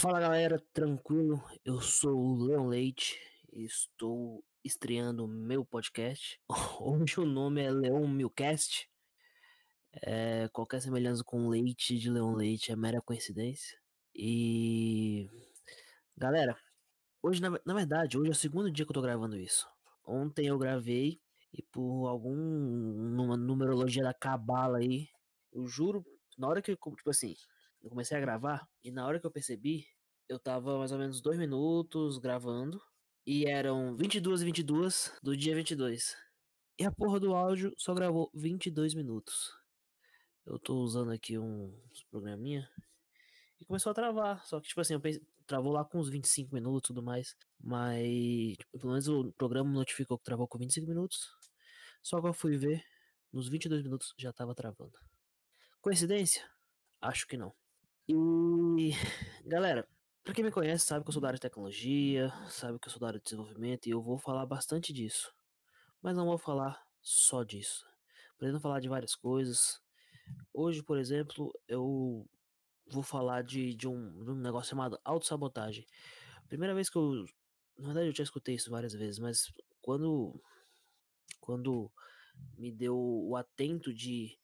Fala galera, tranquilo? Eu sou o Leon Leite e estou estreando o meu podcast. Hoje o nome é Leon Milcast. Qualquer semelhança com Leite de Leon Leite é mera coincidência. E galera, hoje na verdade, hoje é o segundo dia que eu tô gravando isso. Ontem eu gravei e por numa numerologia da cabala aí, eu juro, na hora que eu, tipo assim, eu comecei a gravar e na hora que eu percebi, eu tava mais ou menos 2 minutos gravando e eram 22h22 do dia 22. E a porra do áudio só gravou 22 minutos. Eu tô usando aqui uns programinha e começou a travar. Só que, tipo assim, travou lá com uns 25 minutos e tudo mais. Mas, tipo, pelo menos o programa notificou que travou com 25 minutos. Só que eu fui ver, nos 22 minutos já tava travando. Coincidência? Acho que não. E, galera, pra quem me conhece, sabe que eu sou da área de tecnologia, sabe que eu sou da área de desenvolvimento e eu vou falar bastante disso. Mas não vou falar só disso. Pretendo falar de várias coisas. Hoje, por exemplo, eu vou falar de um negócio chamado autossabotagem. Primeira vez que eu. Na verdade, eu já escutei isso várias vezes, mas quando me deu o atento de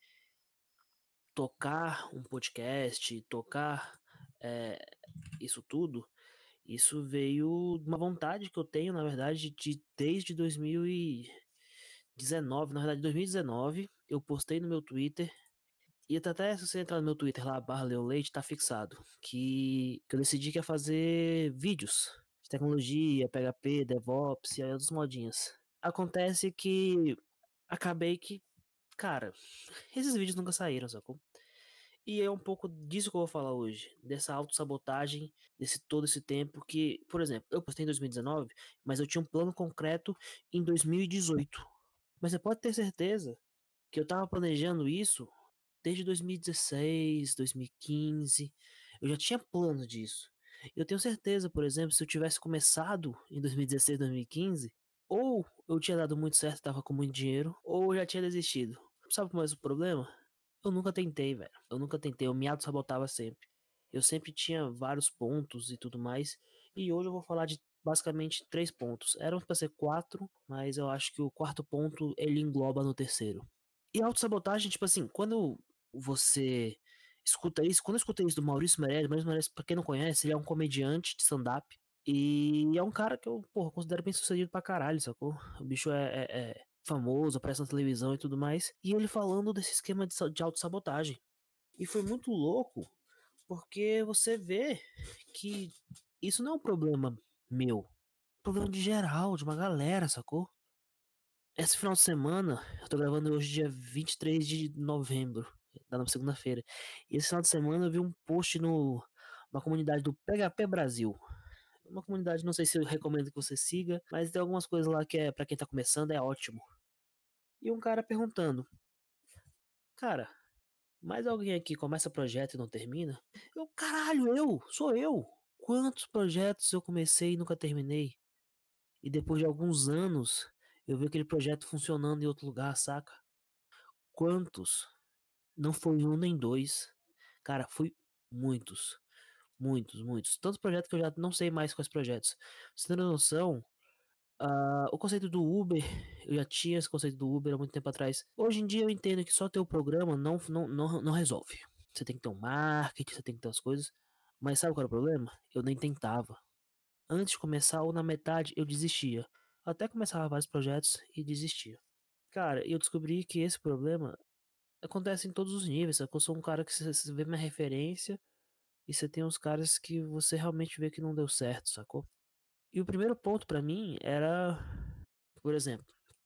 tocar um podcast, tocar é, isso tudo, isso veio de uma vontade que eu tenho, na verdade, desde 2019. Na verdade, 2019, eu postei no meu Twitter. E até se você entrar no meu Twitter lá, barra Leon Leite, tá fixado. Que eu decidi que ia fazer vídeos de tecnologia, PHP, DevOps e aí outros modinhas. Acontece que acabei que, cara, esses vídeos nunca saíram, sacou? E é um pouco disso que eu vou falar hoje, dessa autossabotagem, desse todo esse tempo que, por exemplo, eu postei em 2019, mas eu tinha um plano concreto em 2018. Mas você pode ter certeza que eu tava planejando isso desde 2016, 2015. Eu já tinha plano disso. Eu tenho certeza, por exemplo, se eu tivesse começado em 2016, 2015, ou eu tinha dado muito certo, tava com muito dinheiro, ou eu já tinha desistido. Sabe qual é o problema? Eu nunca tentei, velho. Eu nunca tentei, eu me auto-sabotava sempre. Eu sempre tinha vários pontos e tudo mais. E hoje eu vou falar de basicamente 3 pontos. Eram pra ser 4, mas eu acho que o quarto ponto ele engloba no terceiro. E autossabotagem, tipo assim, quando você escuta isso, quando eu escutei isso do Maurício Meirelles, pra quem não conhece, ele é um comediante de stand-up. E é um cara que eu, porra, considero bem sucedido pra caralho, sacou? O bicho é famoso, aparece na televisão e tudo mais. E ele falando desse esquema de autossabotagem. E foi muito louco, porque você vê que isso não é um problema meu. É um problema de geral, de uma galera, sacou? Esse final de semana, eu tô gravando hoje dia 23 de novembro, dá na segunda-feira. E esse final de semana eu vi um post no uma comunidade do PHP Brasil. Uma comunidade, não sei se eu recomendo que você siga, mas tem algumas coisas lá que é para quem tá começando é ótimo. E um cara perguntando: "Cara, mais alguém aqui começa projeto e não termina?" Eu, caralho, sou eu. Quantos projetos eu comecei e nunca terminei? E depois de alguns anos, eu vi aquele projeto funcionando em outro lugar, saca? Quantos? Não foi um nem dois. Cara, foi muitos. Muitos, muitos. Tantos projetos que eu já não sei mais quais projetos. Pra você ter noção, o conceito do Uber, eu já tinha esse conceito do Uber há muito tempo atrás. Hoje em dia eu entendo que só ter o programa não resolve. Você tem que ter um marketing, você tem que ter as coisas. Mas sabe qual era o problema? Eu nem tentava. Antes de começar ou na metade eu desistia. Até começava vários projetos e desistia. Cara, eu descobri que esse problema acontece em todos os níveis, sacou? Eu sou um cara que você vê minha referência e você tem uns caras que você realmente vê que não deu certo, sacou? E o primeiro ponto pra mim era, por exemplo,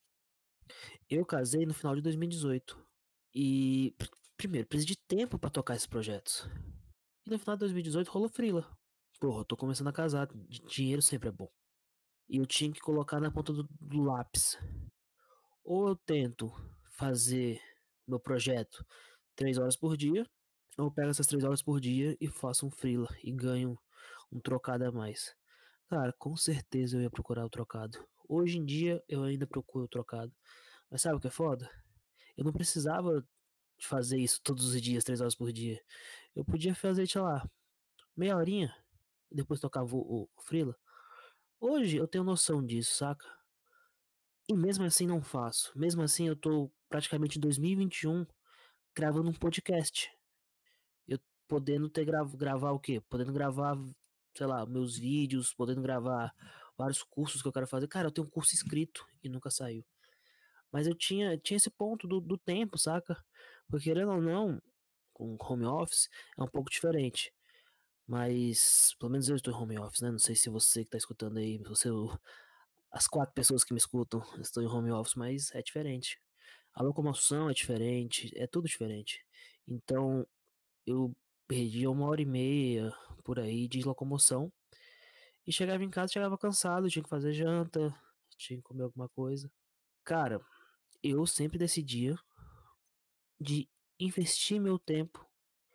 eu casei no final de 2018 e primeiro, preciso de tempo pra tocar esses projetos. E no final de 2018 rolou freela. Porra, eu tô começando a casar, dinheiro sempre é bom. E eu tinha que colocar na ponta do lápis. Ou eu tento fazer meu projeto 3 horas por dia, ou eu pego essas 3 horas por dia e faço um freela e ganho um trocado a mais. Cara, com certeza eu ia procurar o trocado. Hoje em dia eu ainda procuro o trocado. Mas sabe o que é foda? Eu não precisava fazer isso todos os dias, 3 horas por dia. Eu podia fazer, sei lá, meia horinha. e depois tocava o freela. Hoje eu tenho noção disso, saca? E mesmo assim não faço. Mesmo assim eu tô praticamente em 2021 gravando um podcast. Eu podendo gravar o quê? Podendo gravar, sei lá, meus vídeos, podendo gravar vários cursos que eu quero fazer. Cara, eu tenho um curso escrito e nunca saiu. Mas eu tinha esse ponto do tempo, saca? Porque querendo ou não, com home office é um pouco diferente. Mas, pelo menos eu estou em home office, né? Não sei se você que tá escutando aí, as 4 pessoas que me escutam estão em home office, mas é diferente. A locomoção é diferente, é tudo diferente. Então, eu perdia 1 hora e meia por aí de locomoção e chegava em casa, chegava cansado, tinha que fazer janta, tinha que comer alguma coisa. Cara, eu sempre decidia de investir meu tempo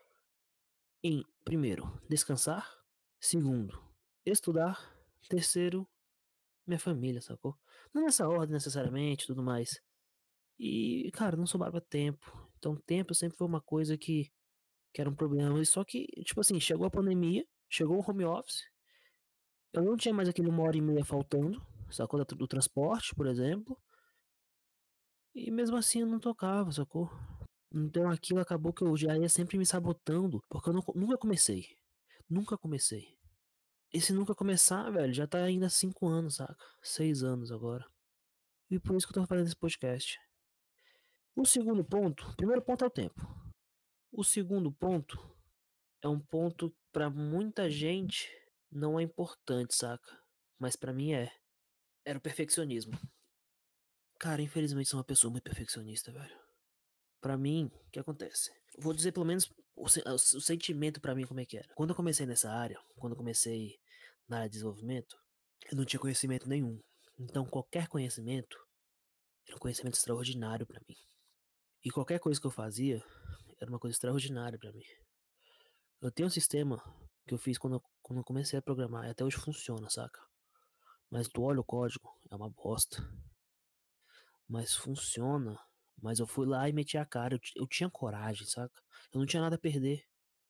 em, primeiro, descansar, segundo, estudar, terceiro, minha família, sacou? Não nessa ordem necessariamente, tudo mais. E, cara, não sobrava tempo. Então, tempo sempre foi uma coisa que era um problema. E só que, tipo assim, chegou a pandemia, chegou o home office, eu não tinha mais aquele 1 hora e meia faltando, sacou? Do transporte, por exemplo. E mesmo assim eu não tocava, sacou? Então aquilo acabou que eu já ia sempre me sabotando, porque eu nunca comecei. Nunca comecei. E se nunca começar, velho, já tá ainda 5 anos, saca? 6 anos agora. E por isso que eu tô fazendo esse podcast. O segundo ponto, o primeiro ponto é o tempo. O segundo ponto é um ponto pra muita gente não é importante, saca? Mas pra mim é. Era o perfeccionismo. Cara, infelizmente sou uma pessoa muito perfeccionista, velho. Pra mim, o que acontece? Vou dizer pelo menos o sentimento pra mim como é que era. Quando eu comecei nessa área, quando eu comecei na área de desenvolvimento, eu não tinha conhecimento nenhum. Então qualquer conhecimento era um conhecimento extraordinário pra mim. E qualquer coisa que eu fazia era uma coisa extraordinária pra mim. Eu tenho um sistema que eu fiz quando eu comecei a programar e até hoje funciona, saca? Mas tu olha o código, é uma bosta. Mas funciona. Mas eu fui lá e meti a cara. Eu tinha coragem, saca? Eu não tinha nada a perder.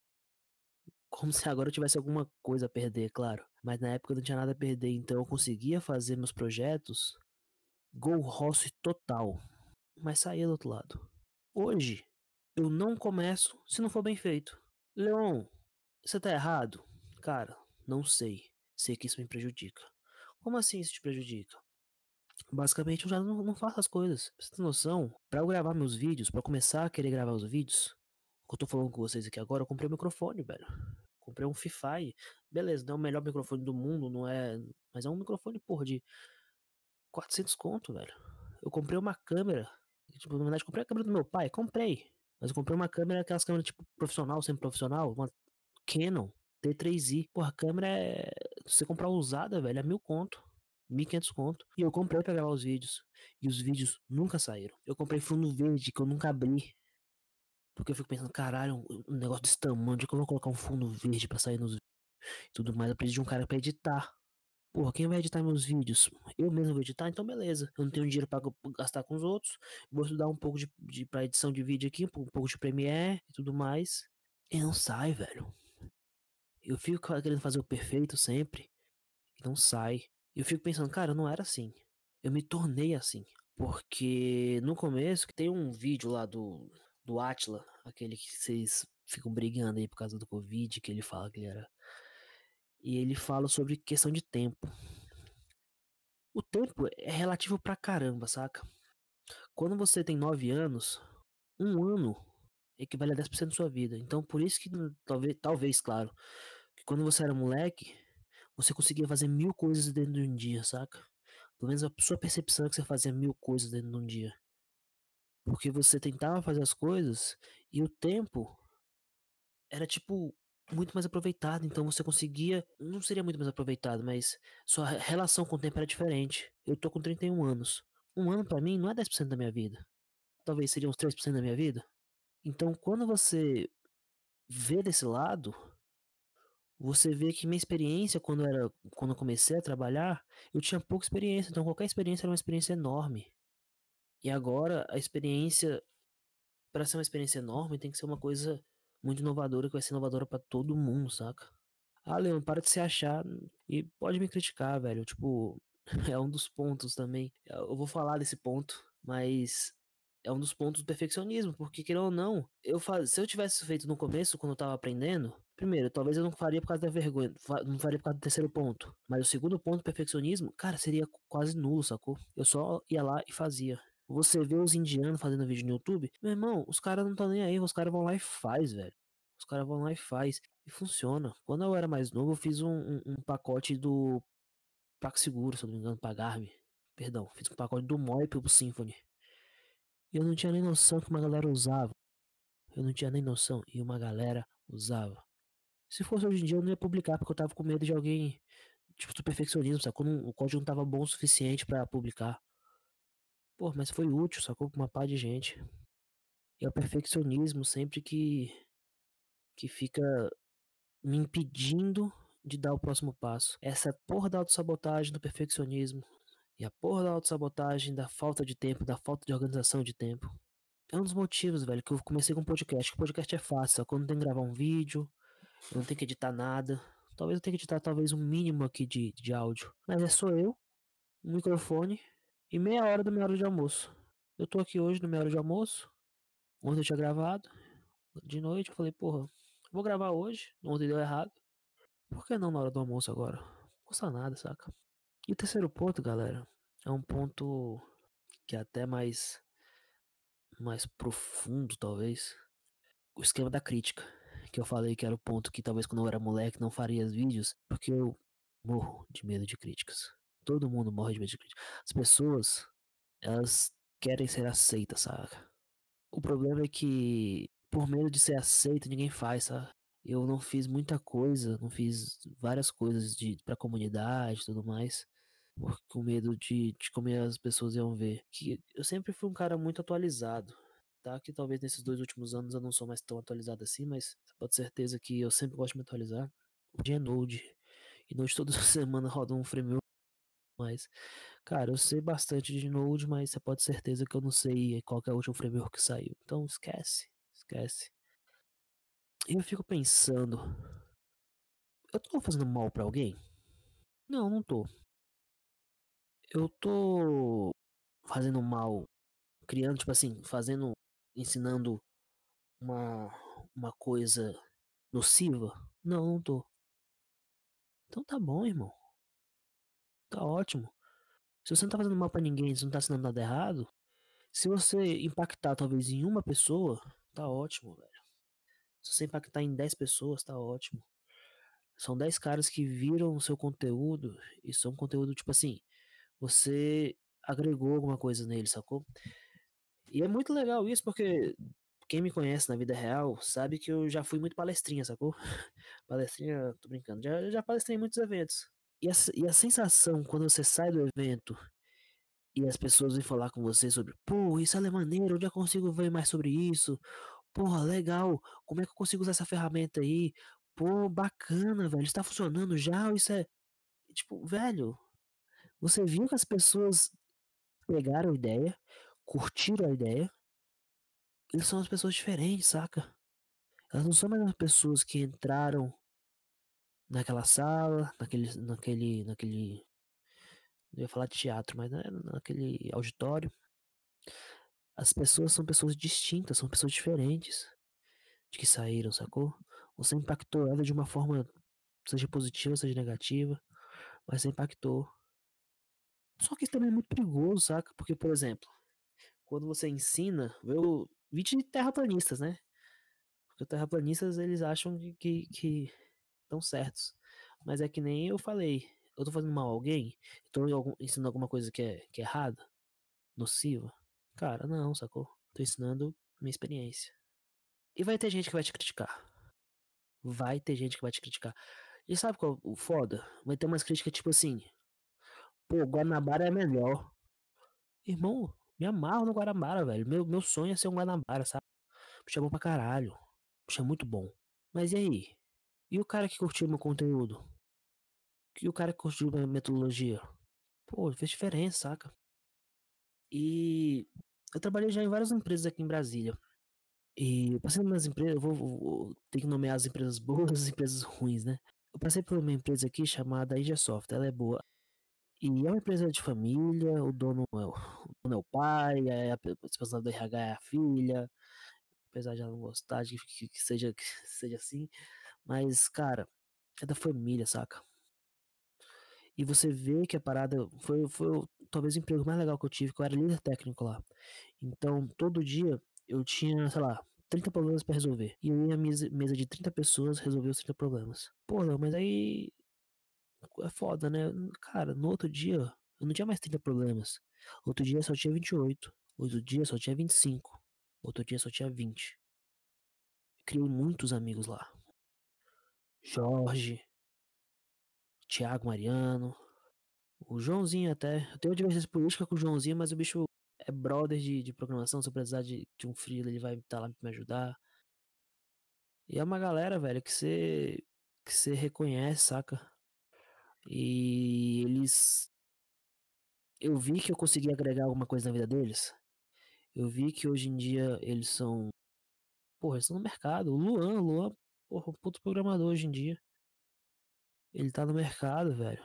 Como se agora eu tivesse alguma coisa a perder, claro. Mas na época eu não tinha nada a perder. Então eu conseguia fazer meus projetos Go Rossi total. Mas saía do outro lado. Hoje, eu não começo se não for bem feito. Leon, você tá errado? Cara, não sei. Sei que isso me prejudica. Como assim isso te prejudica? Basicamente, eu já não faço as coisas. Pra você ter noção, pra eu gravar meus vídeos, pra eu começar a querer gravar os vídeos, o que eu tô falando com vocês aqui agora, eu comprei um microfone, velho. Comprei um Fify. Beleza, não é o melhor microfone do mundo, não é. Mas é um microfone, porra, de 400 conto, velho. Eu comprei uma câmera. Tipo, na verdade, comprei a câmera do meu pai. Comprei. Mas eu comprei uma câmera, aquelas câmeras tipo profissional, semi-profissional. Uma Canon T3i. Porra, a câmera é. Se você comprar usada, velho, é 1.000 conto. 1.500 conto. E eu comprei pra gravar os vídeos. E os vídeos nunca saíram. Eu comprei fundo verde que eu nunca abri. Porque eu fico pensando, caralho, um negócio desse tamanho, onde é que eu vou colocar um fundo verde pra sair nos vídeos e tudo mais? Eu preciso de um cara pra editar. Porra, quem vai editar meus vídeos? Eu mesmo vou editar, então beleza. Eu não tenho dinheiro pra gastar com os outros. Vou estudar um pouco pra edição de vídeo aqui, um pouco de Premiere e tudo mais. E não sai, velho. Eu fico querendo fazer o perfeito sempre. E não sai. Eu fico pensando, cara, eu não era assim. Eu me tornei assim. Porque no começo, que tem um vídeo lá do Atila, aquele que vocês ficam brigando aí por causa do Covid, que ele fala que ele era. E ele fala sobre questão de tempo. O tempo é relativo pra caramba, saca? Quando você tem 9 anos, um ano equivale a 10% da sua vida. Então, por isso que, talvez, claro, que quando você era moleque, você conseguia fazer 1.000 coisas dentro de um dia, saca? Pelo menos a sua percepção é que você fazia 1.000 coisas dentro de um dia. Porque você tentava fazer as coisas e o tempo era tipo muito mais aproveitado, então você conseguia, não seria muito mais aproveitado, mas sua relação com o tempo era diferente. Eu tô com 31 anos. Um ano pra mim não é 10% da minha vida. Talvez seria uns 3% da minha vida. Então, quando você vê desse lado, você vê que minha experiência quando eu comecei a trabalhar, eu tinha pouca experiência, então qualquer experiência era uma experiência enorme. E agora a experiência, para ser uma experiência enorme, tem que ser uma coisa muito inovadora, que vai ser inovadora pra todo mundo, saca? Ah, Leon, para de se achar e pode me criticar, velho. Tipo, é um dos pontos também. Eu vou falar desse ponto, mas é um dos pontos do perfeccionismo, porque querendo ou não, se eu tivesse feito no começo, quando eu tava aprendendo, primeiro, talvez eu não faria por causa da vergonha, não faria por causa do terceiro ponto. Mas o segundo ponto do perfeccionismo, cara, seria quase nulo, sacou? Eu só ia lá e fazia. Você vê os indianos fazendo vídeo no YouTube, meu irmão, os caras não estão nem aí, os caras vão lá e faz, velho. Os caras vão lá e faz. E funciona. Quando eu era mais novo, eu fiz um pacote do PagSeguro, se eu não me engano, Pagar-me. Perdão, fiz um pacote do Moip pro Symfony. E eu não tinha nem noção que uma galera usava. Eu não tinha nem noção. E uma galera usava. Se fosse hoje em dia, eu não ia publicar, porque eu tava com medo de alguém, tipo, do perfeccionismo, sacou? O código não tava bom o suficiente pra publicar. Pô, mas foi útil, sacou? Pra uma par de gente. E é o perfeccionismo sempre que fica me impedindo de dar o próximo passo. Essa porra da autossabotagem, do perfeccionismo e a porra da autossabotagem, da falta de tempo, da falta de organização de tempo. É um dos motivos, velho, que eu comecei com podcast. Que o podcast é fácil, só quando tem que gravar um vídeo, eu não tenho que editar nada. Talvez eu tenha que editar talvez um mínimo aqui de áudio. Mas é só eu, um microfone e meia hora da minha hora de almoço. Eu tô aqui hoje na minha hora de almoço. Ontem eu tinha gravado. De noite eu falei, porra, vou gravar hoje. Ontem deu errado. Por que não na hora do almoço agora? Não custa nada, saca? E o terceiro ponto, galera, é um ponto que é até mais profundo, talvez. O esquema da crítica. Que eu falei que era o ponto que talvez quando eu era moleque não faria vídeos, porque eu morro de medo de críticas. Todo mundo morre de medo de críticas. As pessoas, elas querem ser aceitas, saca? O problema é que, por medo de ser aceito, ninguém faz, sabe? Eu não fiz muita coisa, não fiz várias coisas pra comunidade e tudo mais, com medo de como as pessoas iam ver. Que eu sempre fui um cara muito atualizado, tá? Que talvez nesses 2 últimos anos eu não sou mais tão atualizado assim, mas você pode ter certeza que eu sempre gosto de me atualizar. O dia é Node, e Node toda semana roda um framework, mas, cara, eu sei bastante de Node, mas você pode ter certeza que eu não sei qual que é o último framework que saiu. Então esquece, esquece. E eu fico pensando, eu tô fazendo mal pra alguém? Não, não tô. Eu tô fazendo mal, criando, tipo assim, ensinando uma, uma coisa nociva? Não, não tô. Então tá bom, irmão. Tá ótimo. Se você não tá fazendo mal pra ninguém, se não tá ensinando nada errado, se você impactar talvez em uma pessoa, tá ótimo, velho. Se você impactar em 10 pessoas, tá ótimo. São 10 caras que viram o seu conteúdo e são conteúdo, tipo assim, você agregou alguma coisa nele, sacou? E é muito legal isso porque quem me conhece na vida real sabe que eu já fui muito palestrinha, sacou? Palestrinha, tô brincando, já palestrei em muitos eventos. E a sensação quando você sai do evento e as pessoas vêm falar com você sobre, pô, isso é maneiro, onde eu consigo ver mais sobre isso? Porra, legal, como é que eu consigo usar essa ferramenta aí? Pô, bacana, velho, está funcionando já? Isso é. Tipo, velho, você viu que as pessoas pegaram a ideia, curtiram a ideia, eles são as pessoas diferentes, saca? Elas não são mais as pessoas que entraram naquela sala, naquele, eu ia falar teatro, mas não é naquele auditório. As pessoas são pessoas distintas, são pessoas diferentes de que saíram, sacou? Você impactou ela de uma forma, seja positiva, seja negativa, mas você impactou. Só que isso também é muito perigoso, saca? Porque, por exemplo, quando você ensina, eu vídeo de terraplanistas, né? Porque os terraplanistas eles acham que estão certos. Mas é que nem eu falei, eu tô fazendo mal a alguém, tô ensinando alguma coisa que é errada, nociva. Cara, não, sacou? Tô ensinando minha experiência. E vai ter gente que vai te criticar. Vai ter gente que vai te criticar. E sabe qual é o foda? Vai ter umas críticas tipo assim: pô, Guanabara é melhor. Irmão, me amarro no Guanabara, velho. Meu sonho é ser um Guanabara, sabe? Puxa, é bom pra caralho. Puxa, é muito bom. Mas e aí? E o cara que curtiu meu conteúdo? E o cara que curtiu minha metodologia? Pô, fez diferença, saca? E eu trabalhei já em várias empresas aqui em Brasília. E passando nas empresas, eu vou ter que nomear as empresas boas e as empresas ruins, né? Eu passei por uma empresa aqui chamada Soft, ela é boa. E é uma empresa de família, o dono é o pai, a responsável do RH é a filha, apesar de ela não gostar de que seja assim. Mas, cara, é da família, saca? E você vê que a parada talvez o emprego mais legal que eu tive, que eu era líder técnico lá. Então, todo dia eu tinha, sei lá, 30 problemas pra resolver. E eu ia à mesa de 30 pessoas resolver os 30 problemas. Pô, Léo, mas aí é foda, né? Cara, no outro dia eu não tinha mais 30 problemas. Outro dia só tinha 28. Outro dia só tinha 25. Outro dia só tinha 20. Criei muitos amigos lá. Jorge, Thiago Mariano, o Joãozinho até. Eu tenho divergência política com o Joãozinho, mas o bicho é brother de programação. Se eu precisar de um freela, ele vai estar lá pra me ajudar. E é uma galera, velho, que você reconhece, saca? E eles. Eu vi que eu consegui agregar alguma coisa na vida deles. Eu vi que hoje em dia eles são. Porra, eles estão no mercado. O Luan, porra, um puto programador hoje em dia. Ele tá no mercado, velho.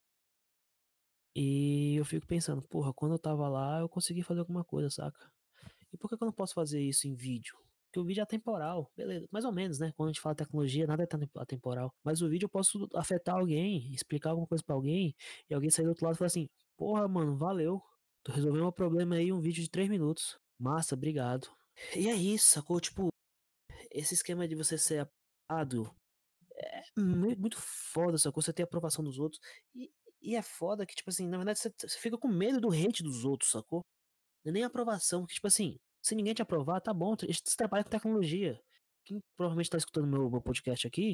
E eu fico pensando, porra, quando eu tava lá, eu consegui fazer alguma coisa, saca? E por que que eu não posso fazer isso em vídeo? Porque o vídeo é atemporal, beleza, mais ou menos, né? Quando a gente fala tecnologia, nada é tão atemporal. Mas o vídeo eu posso afetar alguém, explicar alguma coisa pra alguém, e alguém sair do outro lado e falar assim: porra, mano, valeu. Tu resolveu um problema aí em um vídeo de 3 minutos. Massa, obrigado. E é isso, sacou? Tipo, esse esquema de você ser aprovado é muito foda, sacou? Você ter a aprovação dos outros. E é foda que, tipo assim, na verdade você fica com medo do hate dos outros, sacou? Não é nem aprovação, que tipo assim, se ninguém te aprovar, tá bom, você trabalha com tecnologia. Quem provavelmente tá escutando meu podcast aqui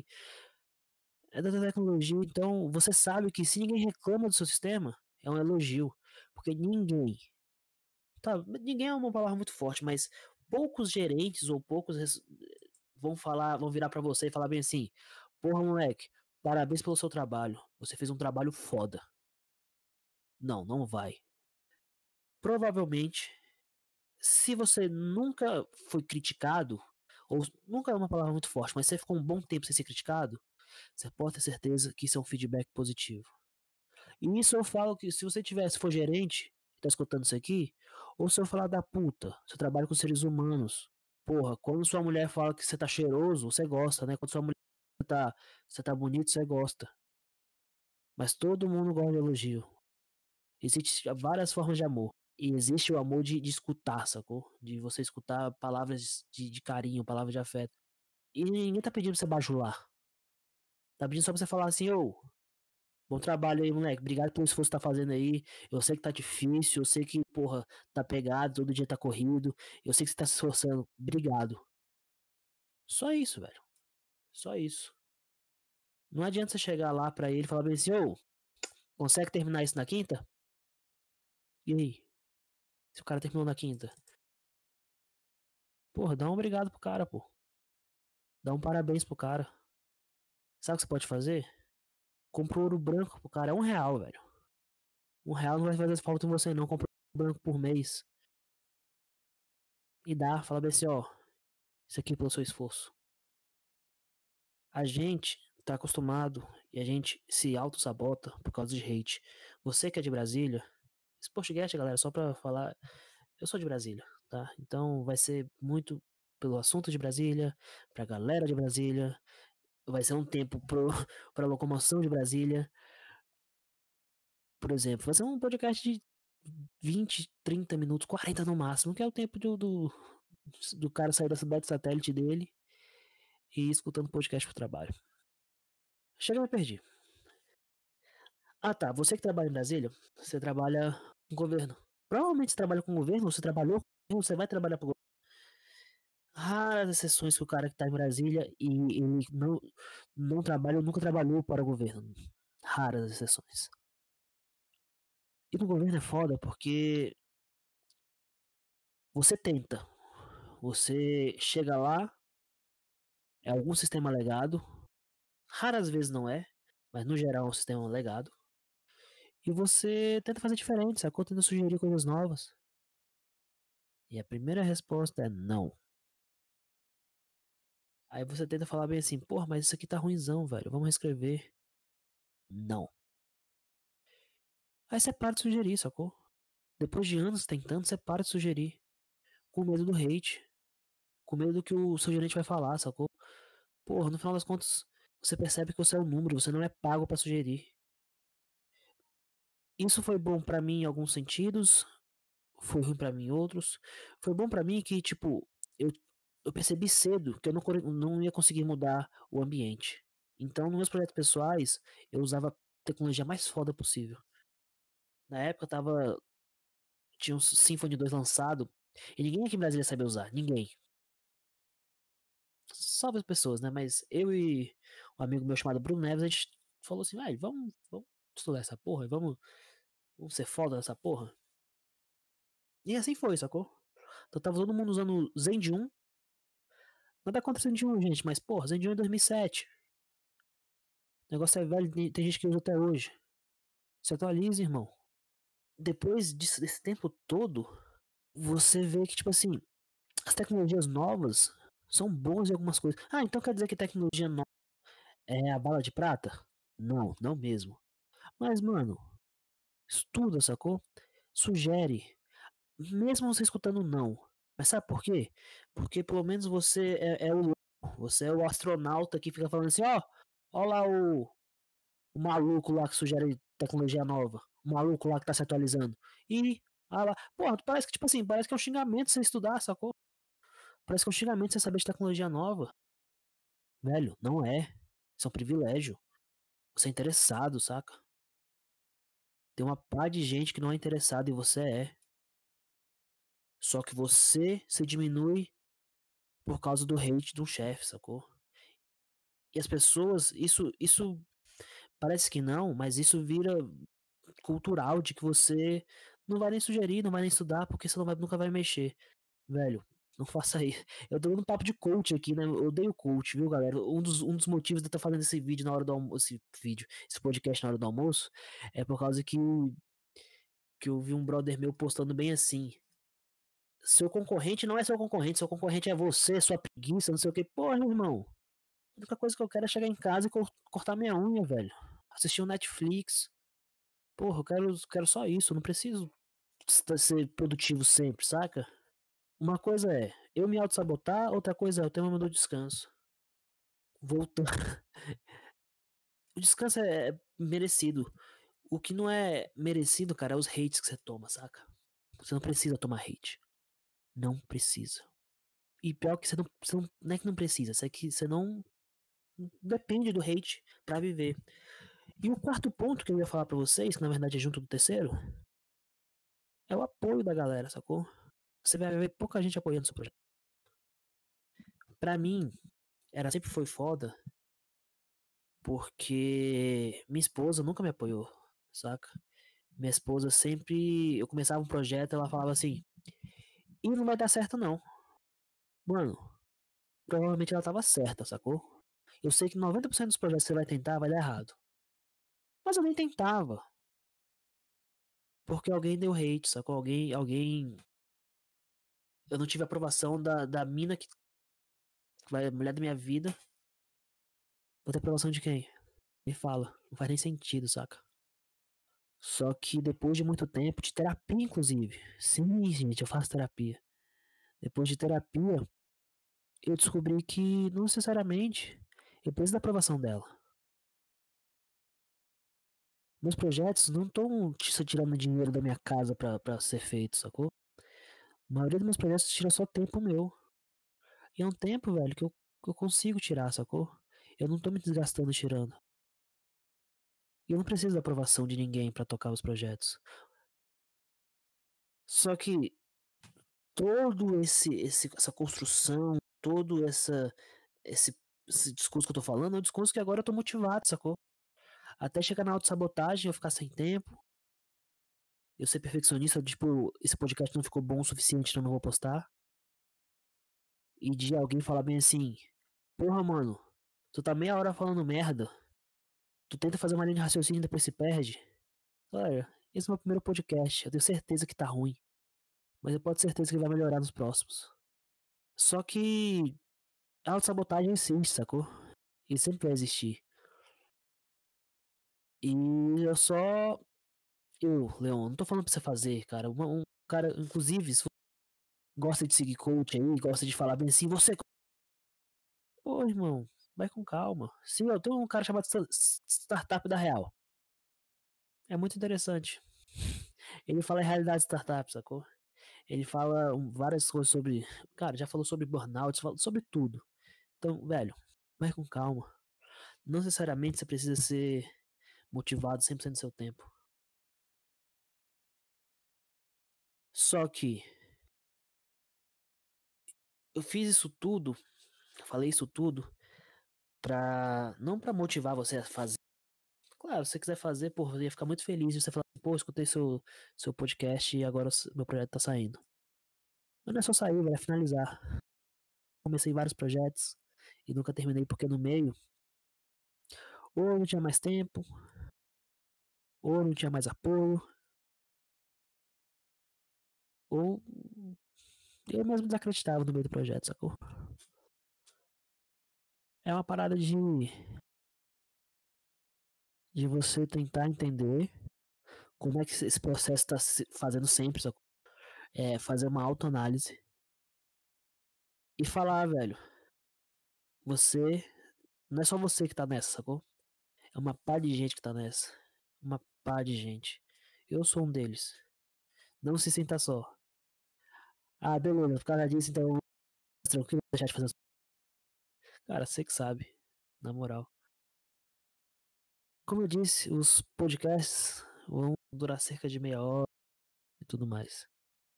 é da tecnologia, então você sabe que se ninguém reclama do seu sistema, é um elogio. Porque ninguém é uma palavra muito forte, mas poucos gerentes ou vão virar pra você e falar bem assim: porra, moleque, parabéns pelo seu trabalho, você fez um trabalho foda. Não, não vai. Provavelmente, se você nunca foi criticado, ou nunca é uma palavra muito forte, mas você ficou um bom tempo sem ser criticado, você pode ter certeza que isso é um feedback positivo. E isso eu falo que se você for gerente, tá escutando isso aqui, ou se eu falar da puta, você trabalha com seres humanos. Porra, quando sua mulher fala que você tá cheiroso, você gosta, né? Quando sua mulher você tá bonito, você gosta. Mas todo mundo gosta de elogio. Existem várias formas de amor. E existe o amor de escutar, sacou? De você escutar palavras de carinho, palavras de afeto. E ninguém tá pedindo pra você bajular. Tá pedindo só pra você falar assim: ô, bom trabalho aí, moleque. Obrigado pelo esforço que tá fazendo aí. Eu sei que tá difícil, eu sei que, porra, tá pegado, todo dia tá corrido. Eu sei que você tá se esforçando. Obrigado. Só isso, velho. Só isso. Não adianta você chegar lá pra ele e falar bem assim: ô, consegue terminar isso na quinta? E aí? Se o cara terminou na quinta? Porra, dá um obrigado pro cara, pô. Dá um parabéns pro cara. Sabe o que você pode fazer? Compra ouro branco pro cara. É R$ 1, velho. R$ 1 não vai fazer falta em você, não. Compra ouro branco por mês. E dá. Fala bem assim, ó. Isso aqui pelo seu esforço. A gente tá acostumado e a gente se auto-sabota por causa de hate. Você que é de Brasília. Esse podcast, galera, só pra falar. Eu sou de Brasília, tá? Então vai ser muito pelo assunto de Brasília, pra galera de Brasília. Vai ser um tempo pra locomoção de Brasília. Por exemplo, vai ser um podcast de 20, 30 minutos, 40 no máximo, que é o tempo do cara sair da cidade satélite dele e ir escutando podcast pro trabalho. Chega, me perdi. Ah, tá. Você que trabalha em Brasília, você trabalha com governo. Provavelmente você trabalha com governo, você trabalhou com governo, você vai trabalhar pro governo. Raras exceções que o cara que tá em Brasília e ele não trabalha ou nunca trabalhou para o governo. Raras exceções. E no governo é foda porque você tenta. Você chega lá, é algum sistema legado, raras vezes não é, mas no geral é um sistema legado. E você tenta fazer diferente, sacou? Tenta sugerir coisas novas. E a primeira resposta é não. Aí você tenta falar bem assim, porra, mas isso aqui tá ruinzão, velho. Vamos reescrever. Não. Aí você para de sugerir, sacou? Depois de anos tentando, você para de sugerir. Com medo do hate. Com medo do que o seu gerente vai falar, sacou? Porra, no final das contas, você percebe que você é um número, você não é pago pra sugerir. Isso foi bom pra mim em alguns sentidos, foi ruim pra mim em outros. Foi bom pra mim que, tipo, eu, eu percebi cedo que eu não ia conseguir mudar o ambiente. Então, nos meus projetos pessoais, eu usava a tecnologia mais foda possível. Na época, tinha um Symfony 2 lançado e ninguém aqui em Brasília sabia usar. Ninguém. Salve as pessoas, né? Mas eu e um amigo meu chamado Bruno Neves, a gente falou assim, velho, vamos estudar essa porra, vamos ser foda nessa porra. E assim foi, sacou? Então tava todo mundo usando Zend 1. Nada contra Zend 1, gente, mas porra, Zend 1 é 2007. O negócio é velho, tem gente que usa até hoje. Se atualiza, irmão. Depois desse tempo todo, você vê que, tipo assim, as tecnologias novas são boas em algumas coisas. Ah, então quer dizer que tecnologia nova é a bala de prata? Não, não mesmo. Mas, mano, estuda, sacou? Sugere. Mesmo você escutando não. Mas sabe por quê? Porque pelo menos você é o louco. Você é o astronauta que fica falando assim, ó lá o maluco lá que sugere tecnologia nova. O maluco lá que tá se atualizando. E, lá, porra, parece que, tipo assim, parece que é um xingamento você estudar, sacou? Parece que é um xingamento você saber de tecnologia nova. Velho, não é. Isso é um privilégio. Você é interessado, saca? Tem uma pá de gente que não é interessada e você é. Só que você se diminui por causa do hate de um chefe, sacou? E as pessoas, isso parece que não, mas isso vira cultural de que você não vai nem sugerir, não vai nem estudar, porque você nunca vai mexer. Velho, não faça isso. Eu tô dando um papo de coach aqui, né? Eu odeio coach, viu, galera? Um dos motivos de eu estar fazendo esse vídeo na hora do almoço, esse podcast na hora do almoço, é por causa que eu vi um brother meu postando bem assim. Seu concorrente não é seu concorrente é você, sua preguiça, não sei o que. Porra, irmão. A única coisa que eu quero é chegar em casa e cortar minha unha, velho. Assistir um Netflix. Porra, eu quero só isso. Eu não preciso ser produtivo sempre, saca? Uma coisa é eu me auto-sabotar, outra coisa é eu ter uma do descanso. Voltando. O descanso é merecido. O que não é merecido, cara, é os hates que você toma, saca? Você não precisa tomar hate. Não precisa. E pior que não é que não precisa, é que você não depende do hate pra viver. E o quarto ponto que eu ia falar pra vocês, que na verdade é junto do terceiro, é o apoio da galera, sacou? Você vai ver pouca gente apoiando seu projeto. Pra mim, era sempre foi foda, porque minha esposa nunca me apoiou, saca? Minha esposa sempre. Eu começava um projeto, ela falava assim: e não vai dar certo não. Mano, provavelmente ela tava certa, sacou? Eu sei que 90% dos projetos que você vai tentar vai dar errado. Mas eu nem tentava, porque alguém deu hate, sacou? Alguém. Eu não tive aprovação da mina que vai, mulher da minha vida. Vou ter aprovação de quem? Me fala. Não faz nem sentido, saca? Só que depois de muito tempo, de terapia, inclusive. Sim, gente, eu faço terapia. Depois de terapia, eu descobri que não necessariamente eu preciso da aprovação dela. Meus projetos não estão tirando dinheiro da minha casa pra ser feito, sacou? A maioria dos meus projetos tira só tempo meu. E é um tempo, velho, que eu consigo tirar, sacou? Eu não tô me desgastando tirando. E eu não preciso da aprovação de ninguém pra tocar os projetos. Só que todo essa construção, todo esse, esse discurso que eu tô falando, é um discurso que agora eu tô motivado, sacou? Até chegar na autossabotagem, eu ficar sem tempo, eu ser perfeccionista, tipo, esse podcast não ficou bom o suficiente, então eu não vou postar. E de alguém falar bem assim, porra, mano, tu tá meia hora falando merda, tu tenta fazer uma linha de raciocínio e depois se perde. Olha, esse é o meu primeiro podcast, eu tenho certeza que tá ruim, mas eu posso ter certeza que vai melhorar nos próximos. Só que A autossabotagem existe, sacou? E sempre vai existir. E eu só. Eu, Leon, não tô falando pra você fazer, cara. Um cara, inclusive, se você gosta de seguir coach aí, gosta de falar bem assim, você. Pô, irmão, vai com calma. Sim, eu tenho um cara chamado Startup da Real. É muito interessante. Ele fala em realidade de startup, sacou? Ele fala várias coisas sobre. Cara, já falou sobre burnout, falou sobre tudo. Então, velho, vai com calma. Não necessariamente você precisa ser motivado 100% do seu tempo. Só que eu fiz isso tudo, falei isso tudo, não pra motivar você a fazer. Claro, se você quiser fazer, pô, eu ia ficar muito feliz de você falar, pô, escutei seu podcast e agora meu projeto tá saindo. Mas não é só sair, vai finalizar. Comecei vários projetos e nunca terminei porque no meio, ou não tinha mais tempo, ou não tinha mais apoio, ou eu mesmo desacreditava no meio do projeto, sacou? É uma parada de você tentar entender como é que esse processo está se fazendo sempre, sacou? É fazer uma autoanálise e falar, velho, você, não é só você que tá nessa, sacou? É uma par de gente que tá nessa. Uma par de gente. Eu sou um deles. Não se sinta só. Ah, beleza, por causa disso, então, tranquilo, deixar de fazer as... Cara, você que sabe, na moral. Como eu disse, os podcasts vão durar cerca de meia hora e tudo mais.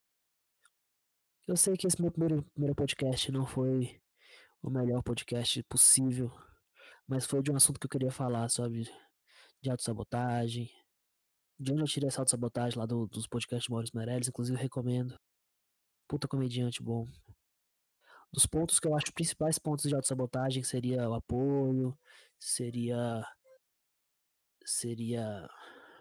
Eu sei que esse meu primeiro podcast não foi o melhor podcast possível, mas foi de um assunto que eu queria falar, sabe? De autossabotagem. De onde eu tirei essa autossabotagem lá dos podcasts de Maurício Meirelles, inclusive eu recomendo. Puta comediante bom. Dos pontos que eu acho principais pontos de autossabotagem seria o apoio, seria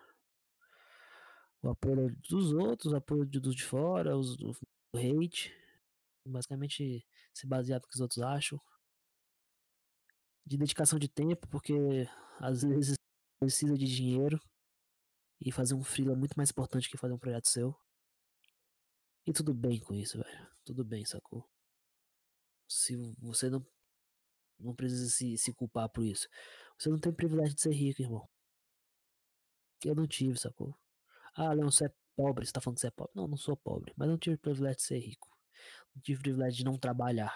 o apoio dos outros, o apoio dos de fora, o hate, basicamente se basear no que os outros acham, de dedicação de tempo, porque às vezes precisa de dinheiro e fazer um freela é muito mais importante que fazer um projeto seu. E tudo bem com isso, velho. Tudo bem, sacou? Se você não precisa se culpar por isso. Você não tem privilégio de ser rico, irmão. Eu não tive, sacou? Ah, Leon, você é pobre, você tá falando que você é pobre. Não, não sou pobre, mas não tive o privilégio de ser rico. Não tive o privilégio de não trabalhar.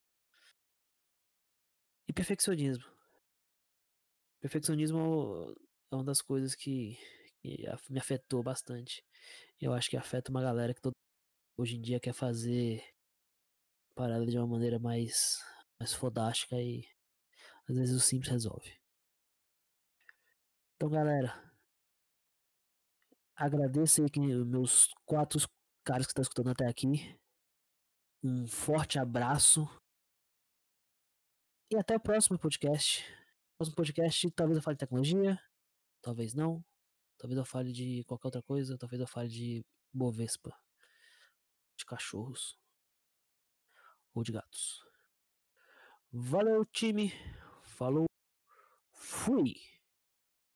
E perfeccionismo. Perfeccionismo é uma das coisas que me afetou bastante. Eu acho que afeta uma galera que hoje em dia quer fazer parada de uma maneira mais fodástica e às vezes o simples resolve. Então, galera, agradeço aí que meus 4 caras que estão escutando até aqui. Um forte abraço e até o próximo podcast. No próximo podcast, talvez eu fale de tecnologia, talvez não. Talvez eu fale de qualquer outra coisa, talvez eu fale de Bovespa, de cachorros ou de gatos. Valeu, time. Falou. Fui.